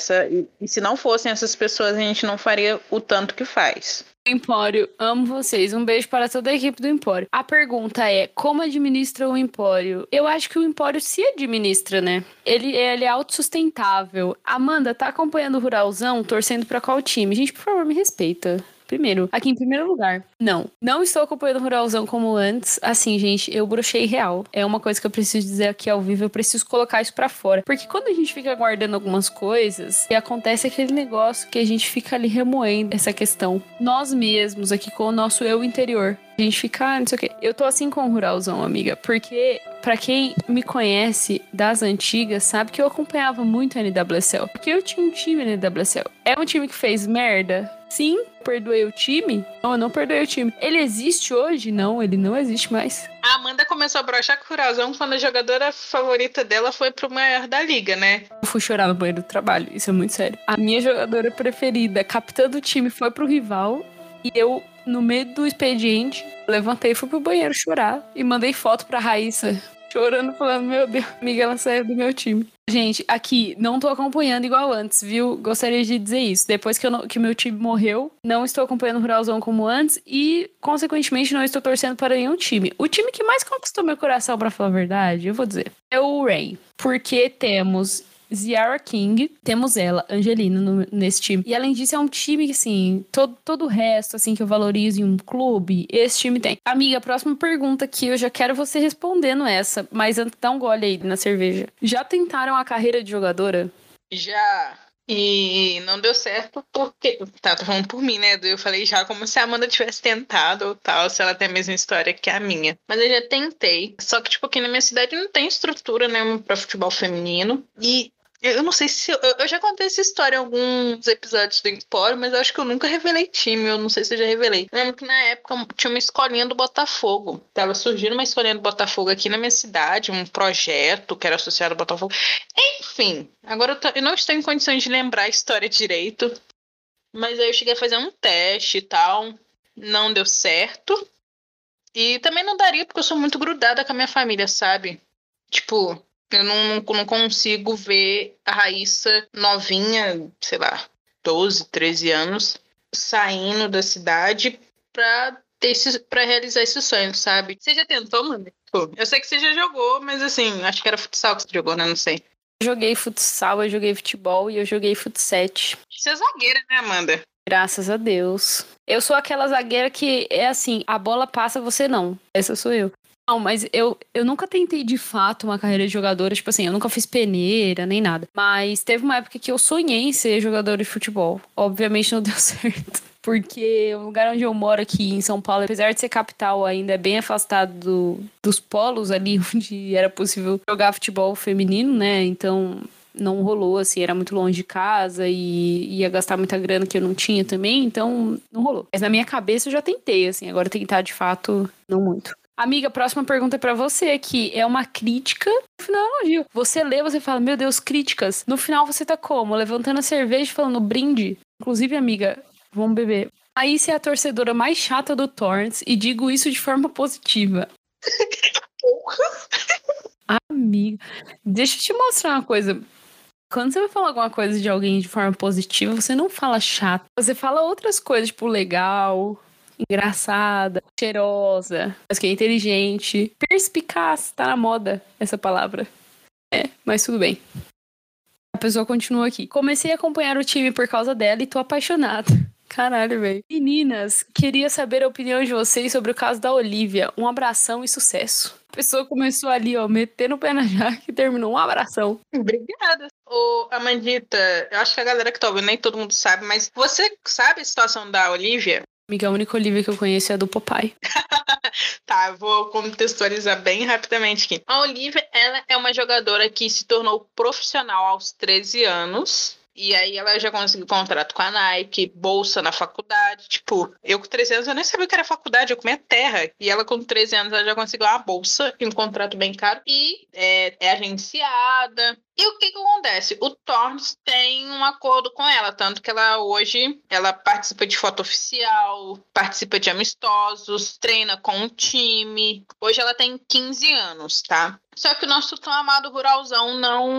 E se não fossem essas pessoas, a gente não faria o tanto que faz. Empório, amo vocês. Um beijo para toda a equipe do Empório. A pergunta é, como administra o Empório? Eu acho que o Empório se administra, né? Ele é autossustentável. Amanda, tá acompanhando o Ruralzão, torcendo pra qual time? Gente, por favor, me respeita. Primeiro, aqui em primeiro lugar. Não estou acompanhando o Ruralzão como antes. Assim, gente, eu brochei real. É uma coisa que eu preciso dizer aqui ao vivo. Eu preciso colocar isso pra fora. Porque quando a gente fica guardando algumas coisas, e acontece aquele negócio que a gente fica ali remoendo essa questão. Nós mesmos, aqui com o nosso eu interior. A gente fica, não sei o quê. Eu tô assim com o Ruralzão, amiga. Porque, pra quem me conhece das antigas, sabe que eu acompanhava muito a NWSL. Porque eu tinha um time na NWSL. É um time que fez merda? Sim. Perdoei o time? Não, eu não perdoei o time. Ele existe hoje? Não, ele não existe mais. A Amanda começou a brochar com o Ruralzão quando a jogadora favorita dela foi pro maior da liga, né? Eu fui chorar no banheiro do trabalho, isso é muito sério. A minha jogadora preferida, capitã do time, foi pro rival e eu, no meio do expediente, levantei e fui pro banheiro chorar e mandei foto pra Raíssa, chorando, falando, meu Deus, amiga, ela saiu do meu time. Gente, aqui, não tô acompanhando igual antes, viu? Gostaria de dizer isso. Depois que meu time morreu, não estou acompanhando o Ruralzão como antes e, consequentemente, não estou torcendo para nenhum time. O time que mais conquistou meu coração, pra falar a verdade, eu vou dizer, é o Ray. Porque temos Ziara King, temos ela, Angelina, nesse time. E além disso, é um time que, assim, todo o resto, assim, que eu valorizo em um clube, esse time tem. Amiga, a próxima pergunta aqui, eu já quero você respondendo essa, mas antes dá um gole aí na cerveja. Já tentaram a carreira de jogadora? Já. E não deu certo porque... Tá, tô falando por mim, né? Eu falei já como se a Amanda tivesse tentado ou tal, se ela tem a mesma história que a minha. Mas eu já tentei. Só que, tipo, aqui na minha cidade não tem estrutura, né, pra futebol feminino. E eu não sei se... Eu já contei essa história em alguns episódios do Empório, mas eu acho que eu nunca revelei time. Eu não sei se eu já revelei. Eu lembro que na época tinha uma escolinha do Botafogo. Tava surgindo uma escolinha do Botafogo aqui na minha cidade, um projeto que era associado ao Botafogo. Enfim, agora eu não estou em condições de lembrar a história direito. Mas aí eu cheguei a fazer um teste e tal. Não deu certo. E também não daria porque eu sou muito grudada com a minha família, sabe? Tipo... Eu não consigo ver a Raíssa novinha, sei lá, 12, 13 anos, saindo da cidade pra realizar esse sonho, sabe? Você já tentou, mano? Eu sei que você já jogou, mas assim, acho que era futsal que você jogou, né? Não sei. Eu joguei futsal, eu joguei futebol e eu joguei futset. Você é zagueira, né, Amanda? Graças a Deus. Eu sou aquela zagueira que é assim, a bola passa, você não. Essa sou eu. Não, mas eu nunca tentei de fato uma carreira de jogadora, tipo assim, eu nunca fiz peneira, nem nada. Mas teve uma época que eu sonhei em ser jogadora de futebol. Obviamente não deu certo. Porque o lugar onde eu moro aqui em São Paulo, apesar de ser capital, ainda é bem afastado dos polos ali onde era possível jogar futebol feminino, né? Então não rolou, assim, era muito longe de casa e ia gastar muita grana que eu não tinha também, então não rolou. Mas na minha cabeça eu já tentei, assim, agora tentar de fato, não muito. Amiga, a próxima pergunta é pra você aqui. É uma crítica, no final é um elogio. Você lê, você fala, meu Deus, críticas. No final você tá como? Levantando a cerveja e falando brinde. Inclusive, amiga, vamos beber. Aí você é a torcedora mais chata do Torrents e digo isso de forma positiva. Amiga, deixa eu te mostrar uma coisa. Quando você vai falar alguma coisa de alguém de forma positiva, você não fala chato. Você fala outras coisas, tipo legal... engraçada, cheirosa, mas que é inteligente, perspicaz, tá na moda essa palavra. Mas tudo bem. A pessoa continua aqui. Comecei a acompanhar o time por causa dela e tô apaixonada. Caralho, velho. Meninas, queria saber a opinião de vocês sobre o caso da Olivia. Um abração e sucesso. A pessoa começou ali, ó, metendo o pé na jaca e terminou um abração. Obrigada. Ô, Amandita, eu acho que a galera que tá ouvindo, nem todo mundo sabe, mas você sabe a situação da Olivia? Amiga, a única Olivia que eu conheço é a do Popeye. Tá, eu vou contextualizar bem rapidamente aqui. A Olivia, ela é uma jogadora que se tornou profissional aos 13 anos. E aí ela já conseguiu contrato com a Nike, bolsa na faculdade. Tipo, eu com 13 anos eu nem sabia o que era faculdade, eu comia terra. E ela com 13 anos ela já conseguiu uma bolsa e um contrato bem caro. E é agenciada. E o que acontece? O Thorns tem um acordo com ela, tanto que ela hoje participa de foto oficial, participa de amistosos, treina com o time. Hoje ela tem 15 anos, tá? Só que o nosso tão amado ruralzão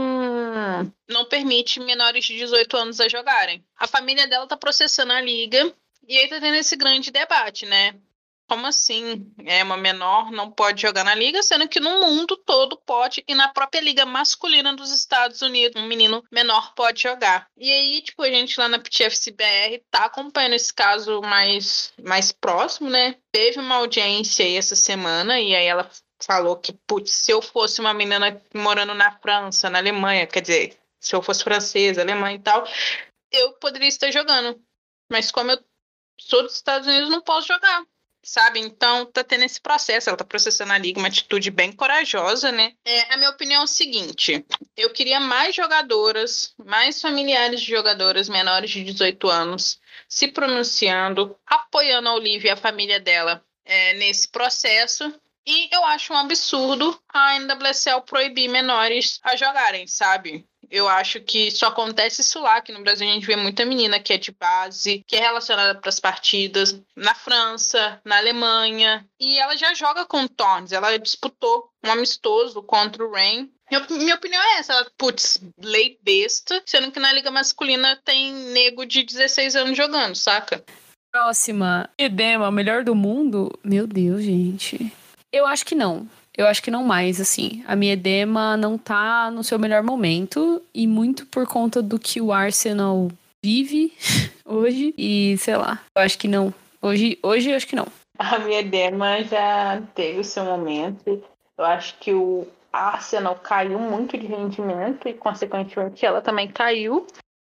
não permite menores de 18 anos a jogarem. A família dela tá processando a liga e aí tá tendo esse grande debate, né? Como assim? Uma menor não pode jogar na liga, sendo que no mundo todo pode, e na própria liga masculina dos Estados Unidos, um menino menor pode jogar. E aí, tipo, a gente lá na PTFC-BR tá acompanhando esse caso mais próximo, né? Teve uma audiência aí essa semana, e aí ela falou que, putz, se eu fosse uma menina morando na França, na Alemanha, quer dizer, se eu fosse francesa, alemã e tal, eu poderia estar jogando. Mas como eu sou dos Estados Unidos, não posso jogar. Sabe? Então tá tendo esse processo, ela tá processando a liga, uma atitude bem corajosa, né? A minha opinião é o seguinte: eu queria mais jogadoras, mais familiares de jogadoras menores de 18 anos se pronunciando, apoiando a Olivia e a família dela nesse processo. E eu acho um absurdo a NWSL proibir menores a jogarem, sabe? Eu acho que só acontece isso lá, que no Brasil a gente vê muita menina que é de base, que é relacionada para as partidas, na França, na Alemanha, e ela já joga com o Thorns, ela disputou um amistoso contra o Reign. Minha opinião é essa, lei besta, sendo que na liga masculina tem nego de 16 anos jogando, saca? Próxima, edema, melhor do mundo? Meu Deus, gente. Eu acho que não. Eu acho que não mais, assim. A minha edema não tá no seu melhor momento. E muito por conta do que o Arsenal vive hoje. E, sei lá, eu acho que não. Hoje eu acho que não. A minha edema já teve o seu momento. Eu acho que o Arsenal caiu muito de rendimento. E, consequentemente, ela também caiu.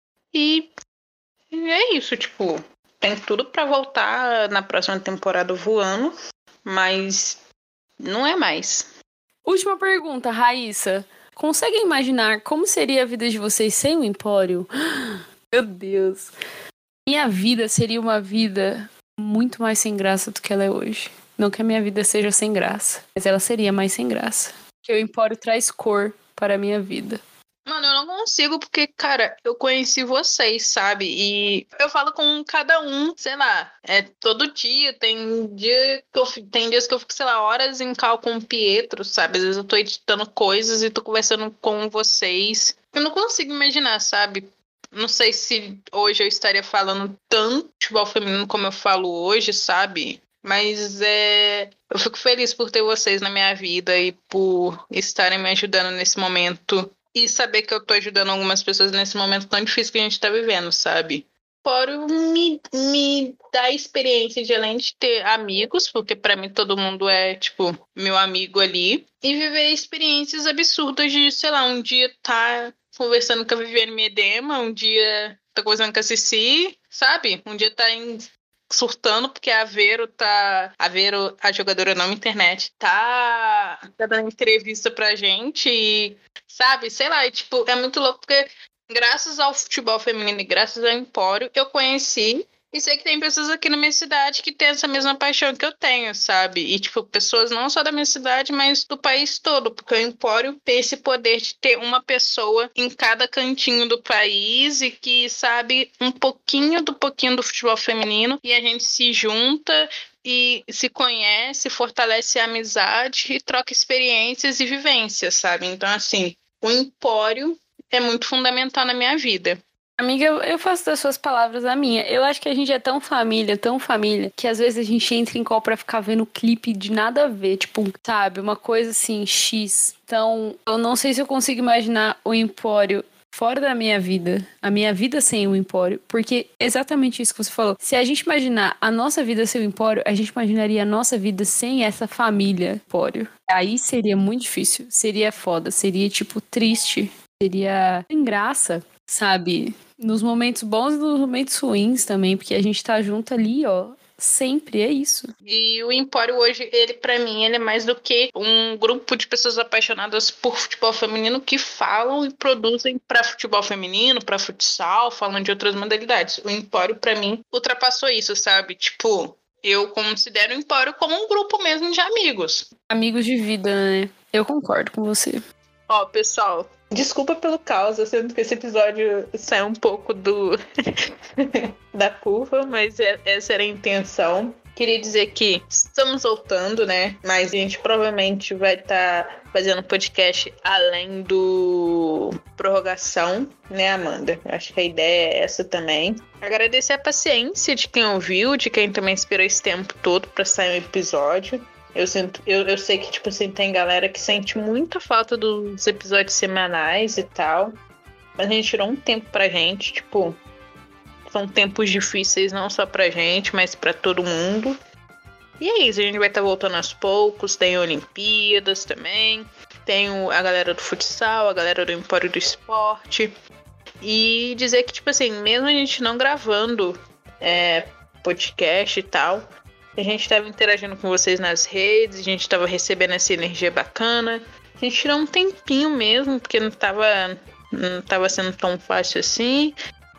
E é isso, tipo... Tem tudo pra voltar na próxima temporada voando. Mas... não é mais. Última pergunta, Raíssa. Conseguem imaginar como seria a vida de vocês sem o Empório? Meu Deus. Minha vida seria uma vida muito mais sem graça do que ela é hoje. Não que a minha vida seja sem graça, mas ela seria mais sem graça. Porque o Empório traz cor para a minha vida. Mano, eu não consigo porque, cara, eu conheci vocês, sabe? E eu falo com cada um, sei lá, todo dia. Tem dias que eu fico, sei lá, horas em call com o Pietro, sabe? Às vezes eu tô editando coisas e tô conversando com vocês. Eu não consigo imaginar, sabe? Não sei se hoje eu estaria falando tanto de futebol feminino como eu falo hoje, sabe? Mas eu fico feliz por ter vocês na minha vida e por estarem me ajudando nesse momento. E saber que eu tô ajudando algumas pessoas nesse momento tão difícil que a gente tá vivendo, sabe? Fora me dá a experiência de, além de ter amigos, porque pra mim todo mundo é, tipo, meu amigo ali. E viver experiências absurdas de, sei lá, um dia tá conversando com a Viviane Miedema, um dia tá conversando com a Cici, sabe? Um dia tá surtando porque a Vero, a jogadora não internet, tá dando entrevista pra gente e, sabe, sei lá, e, tipo, é muito louco porque graças ao futebol feminino e graças ao Empório eu conheci e sei que tem pessoas aqui na minha cidade que têm essa mesma paixão que eu tenho, sabe? E, tipo, pessoas não só da minha cidade, mas do país todo, porque o Empório tem esse poder de ter uma pessoa em cada cantinho do país e que sabe um pouquinho do futebol feminino e a gente se junta e se conhece, fortalece a amizade e troca experiências e vivências, sabe? Então, assim, o Empório é muito fundamental na minha vida. Amiga, eu faço das suas palavras a minha. Eu acho que a gente é tão família, que às vezes a gente entra em call pra ficar vendo clipe de nada a ver. Tipo, sabe? Uma coisa assim, X. Então, eu não sei se eu consigo imaginar o Empório fora da minha vida, a minha vida sem o Empório, porque exatamente isso que você falou. Se a gente imaginar a nossa vida sem o Empório, a gente imaginaria a nossa vida sem essa família Empório. Aí seria muito difícil, seria foda, seria tipo triste, seria sem graça, sabe? Nos momentos bons e nos momentos ruins também, porque a gente tá junto ali, ó. Sempre, é isso. E o Empório hoje, ele pra mim, ele é mais do que um grupo de pessoas apaixonadas por futebol feminino que falam e produzem pra futebol feminino, pra futsal, falam de outras modalidades. O Empório, pra mim, ultrapassou isso, sabe? Tipo, eu considero o Empório como um grupo mesmo de amigos. Amigos de vida, né? Eu concordo com você. Ó, pessoal, desculpa pelo caos, eu sinto que esse episódio sai um pouco da curva, mas essa era a intenção. Queria dizer que estamos voltando, né? Mas a gente provavelmente vai estar fazendo podcast além do prorrogação, né, Amanda? Acho que a ideia é essa também. Agradecer a paciência de quem ouviu, de quem também esperou esse tempo todo para sair um episódio. Eu sei que, tipo assim, tem galera que sente muita falta dos episódios semanais e tal. Mas a gente tirou um tempo pra gente, tipo... São tempos difíceis não só pra gente, mas pra todo mundo. E é isso, a gente vai estar voltando aos poucos. Tem Olimpíadas também. Tem a galera do futsal, a galera do Empório do Esporte. E dizer que, tipo assim, mesmo a gente não gravando podcast e tal... A gente estava interagindo com vocês nas redes, a gente estava recebendo essa energia bacana. A gente tirou um tempinho mesmo, porque não tava sendo tão fácil assim.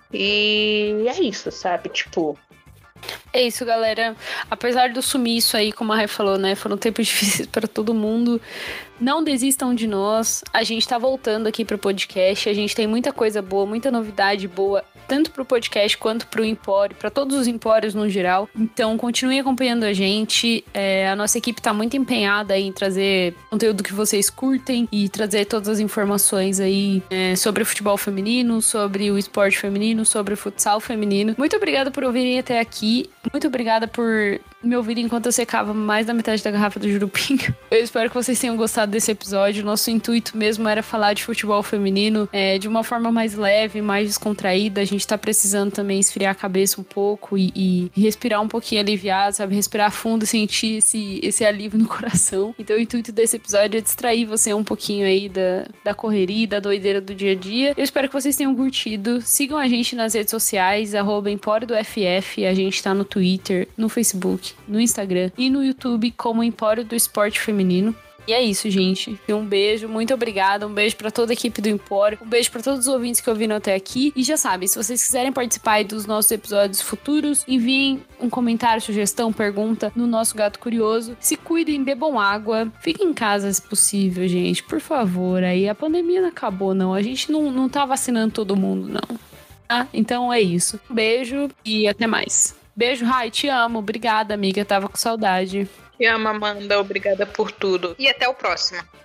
E é isso, sabe? Tipo... É isso, galera. Apesar do sumiço aí, como a Rai falou, né? Foram tempos difíceis para todo mundo. Não desistam de nós. A gente tá voltando aqui pro podcast. A gente tem muita coisa boa, muita novidade boa, tanto pro podcast quanto pro Empório, para todos os Empórios no geral. Então, continue acompanhando a gente. A nossa equipe tá muito empenhada em trazer conteúdo que vocês curtem e trazer todas as informações aí sobre o futebol feminino, sobre o esporte feminino, sobre o futsal feminino. Muito obrigada por ouvirem até aqui. Muito obrigada por me ouvir enquanto eu secava mais da metade da garrafa do Jurupinga. Eu espero que vocês tenham gostado desse episódio. Nosso intuito mesmo era falar de futebol feminino de uma forma mais leve, mais descontraída. A gente tá precisando também esfriar a cabeça um pouco e respirar um pouquinho aliviado, sabe? Respirar fundo e sentir esse alívio no coração. Então o intuito desse episódio é distrair você um pouquinho aí da correria, da doideira do dia a dia. Eu espero que vocês tenham curtido. Sigam a gente nas redes sociais, @Empório do FF. A gente tá no Twitter, no Facebook, no Instagram e no YouTube como Empório do Esporte Feminino. E é isso, gente. Um beijo, muito obrigada. Um beijo pra toda a equipe do Empório. Um beijo pra todos os ouvintes que ouviram até aqui. E já sabem, se vocês quiserem participar aí dos nossos episódios futuros, enviem um comentário, sugestão, pergunta no nosso Gato Curioso. Se cuidem, bebam água. Fiquem em casa se possível, gente. Por favor. Aí a pandemia não acabou, não. A gente não tá vacinando todo mundo, não. Ah, então é isso. Um beijo e até mais. Beijo, Rai, te amo. Obrigada, amiga. Tava com saudade. Te amo, Amanda. Obrigada por tudo. E até o próximo.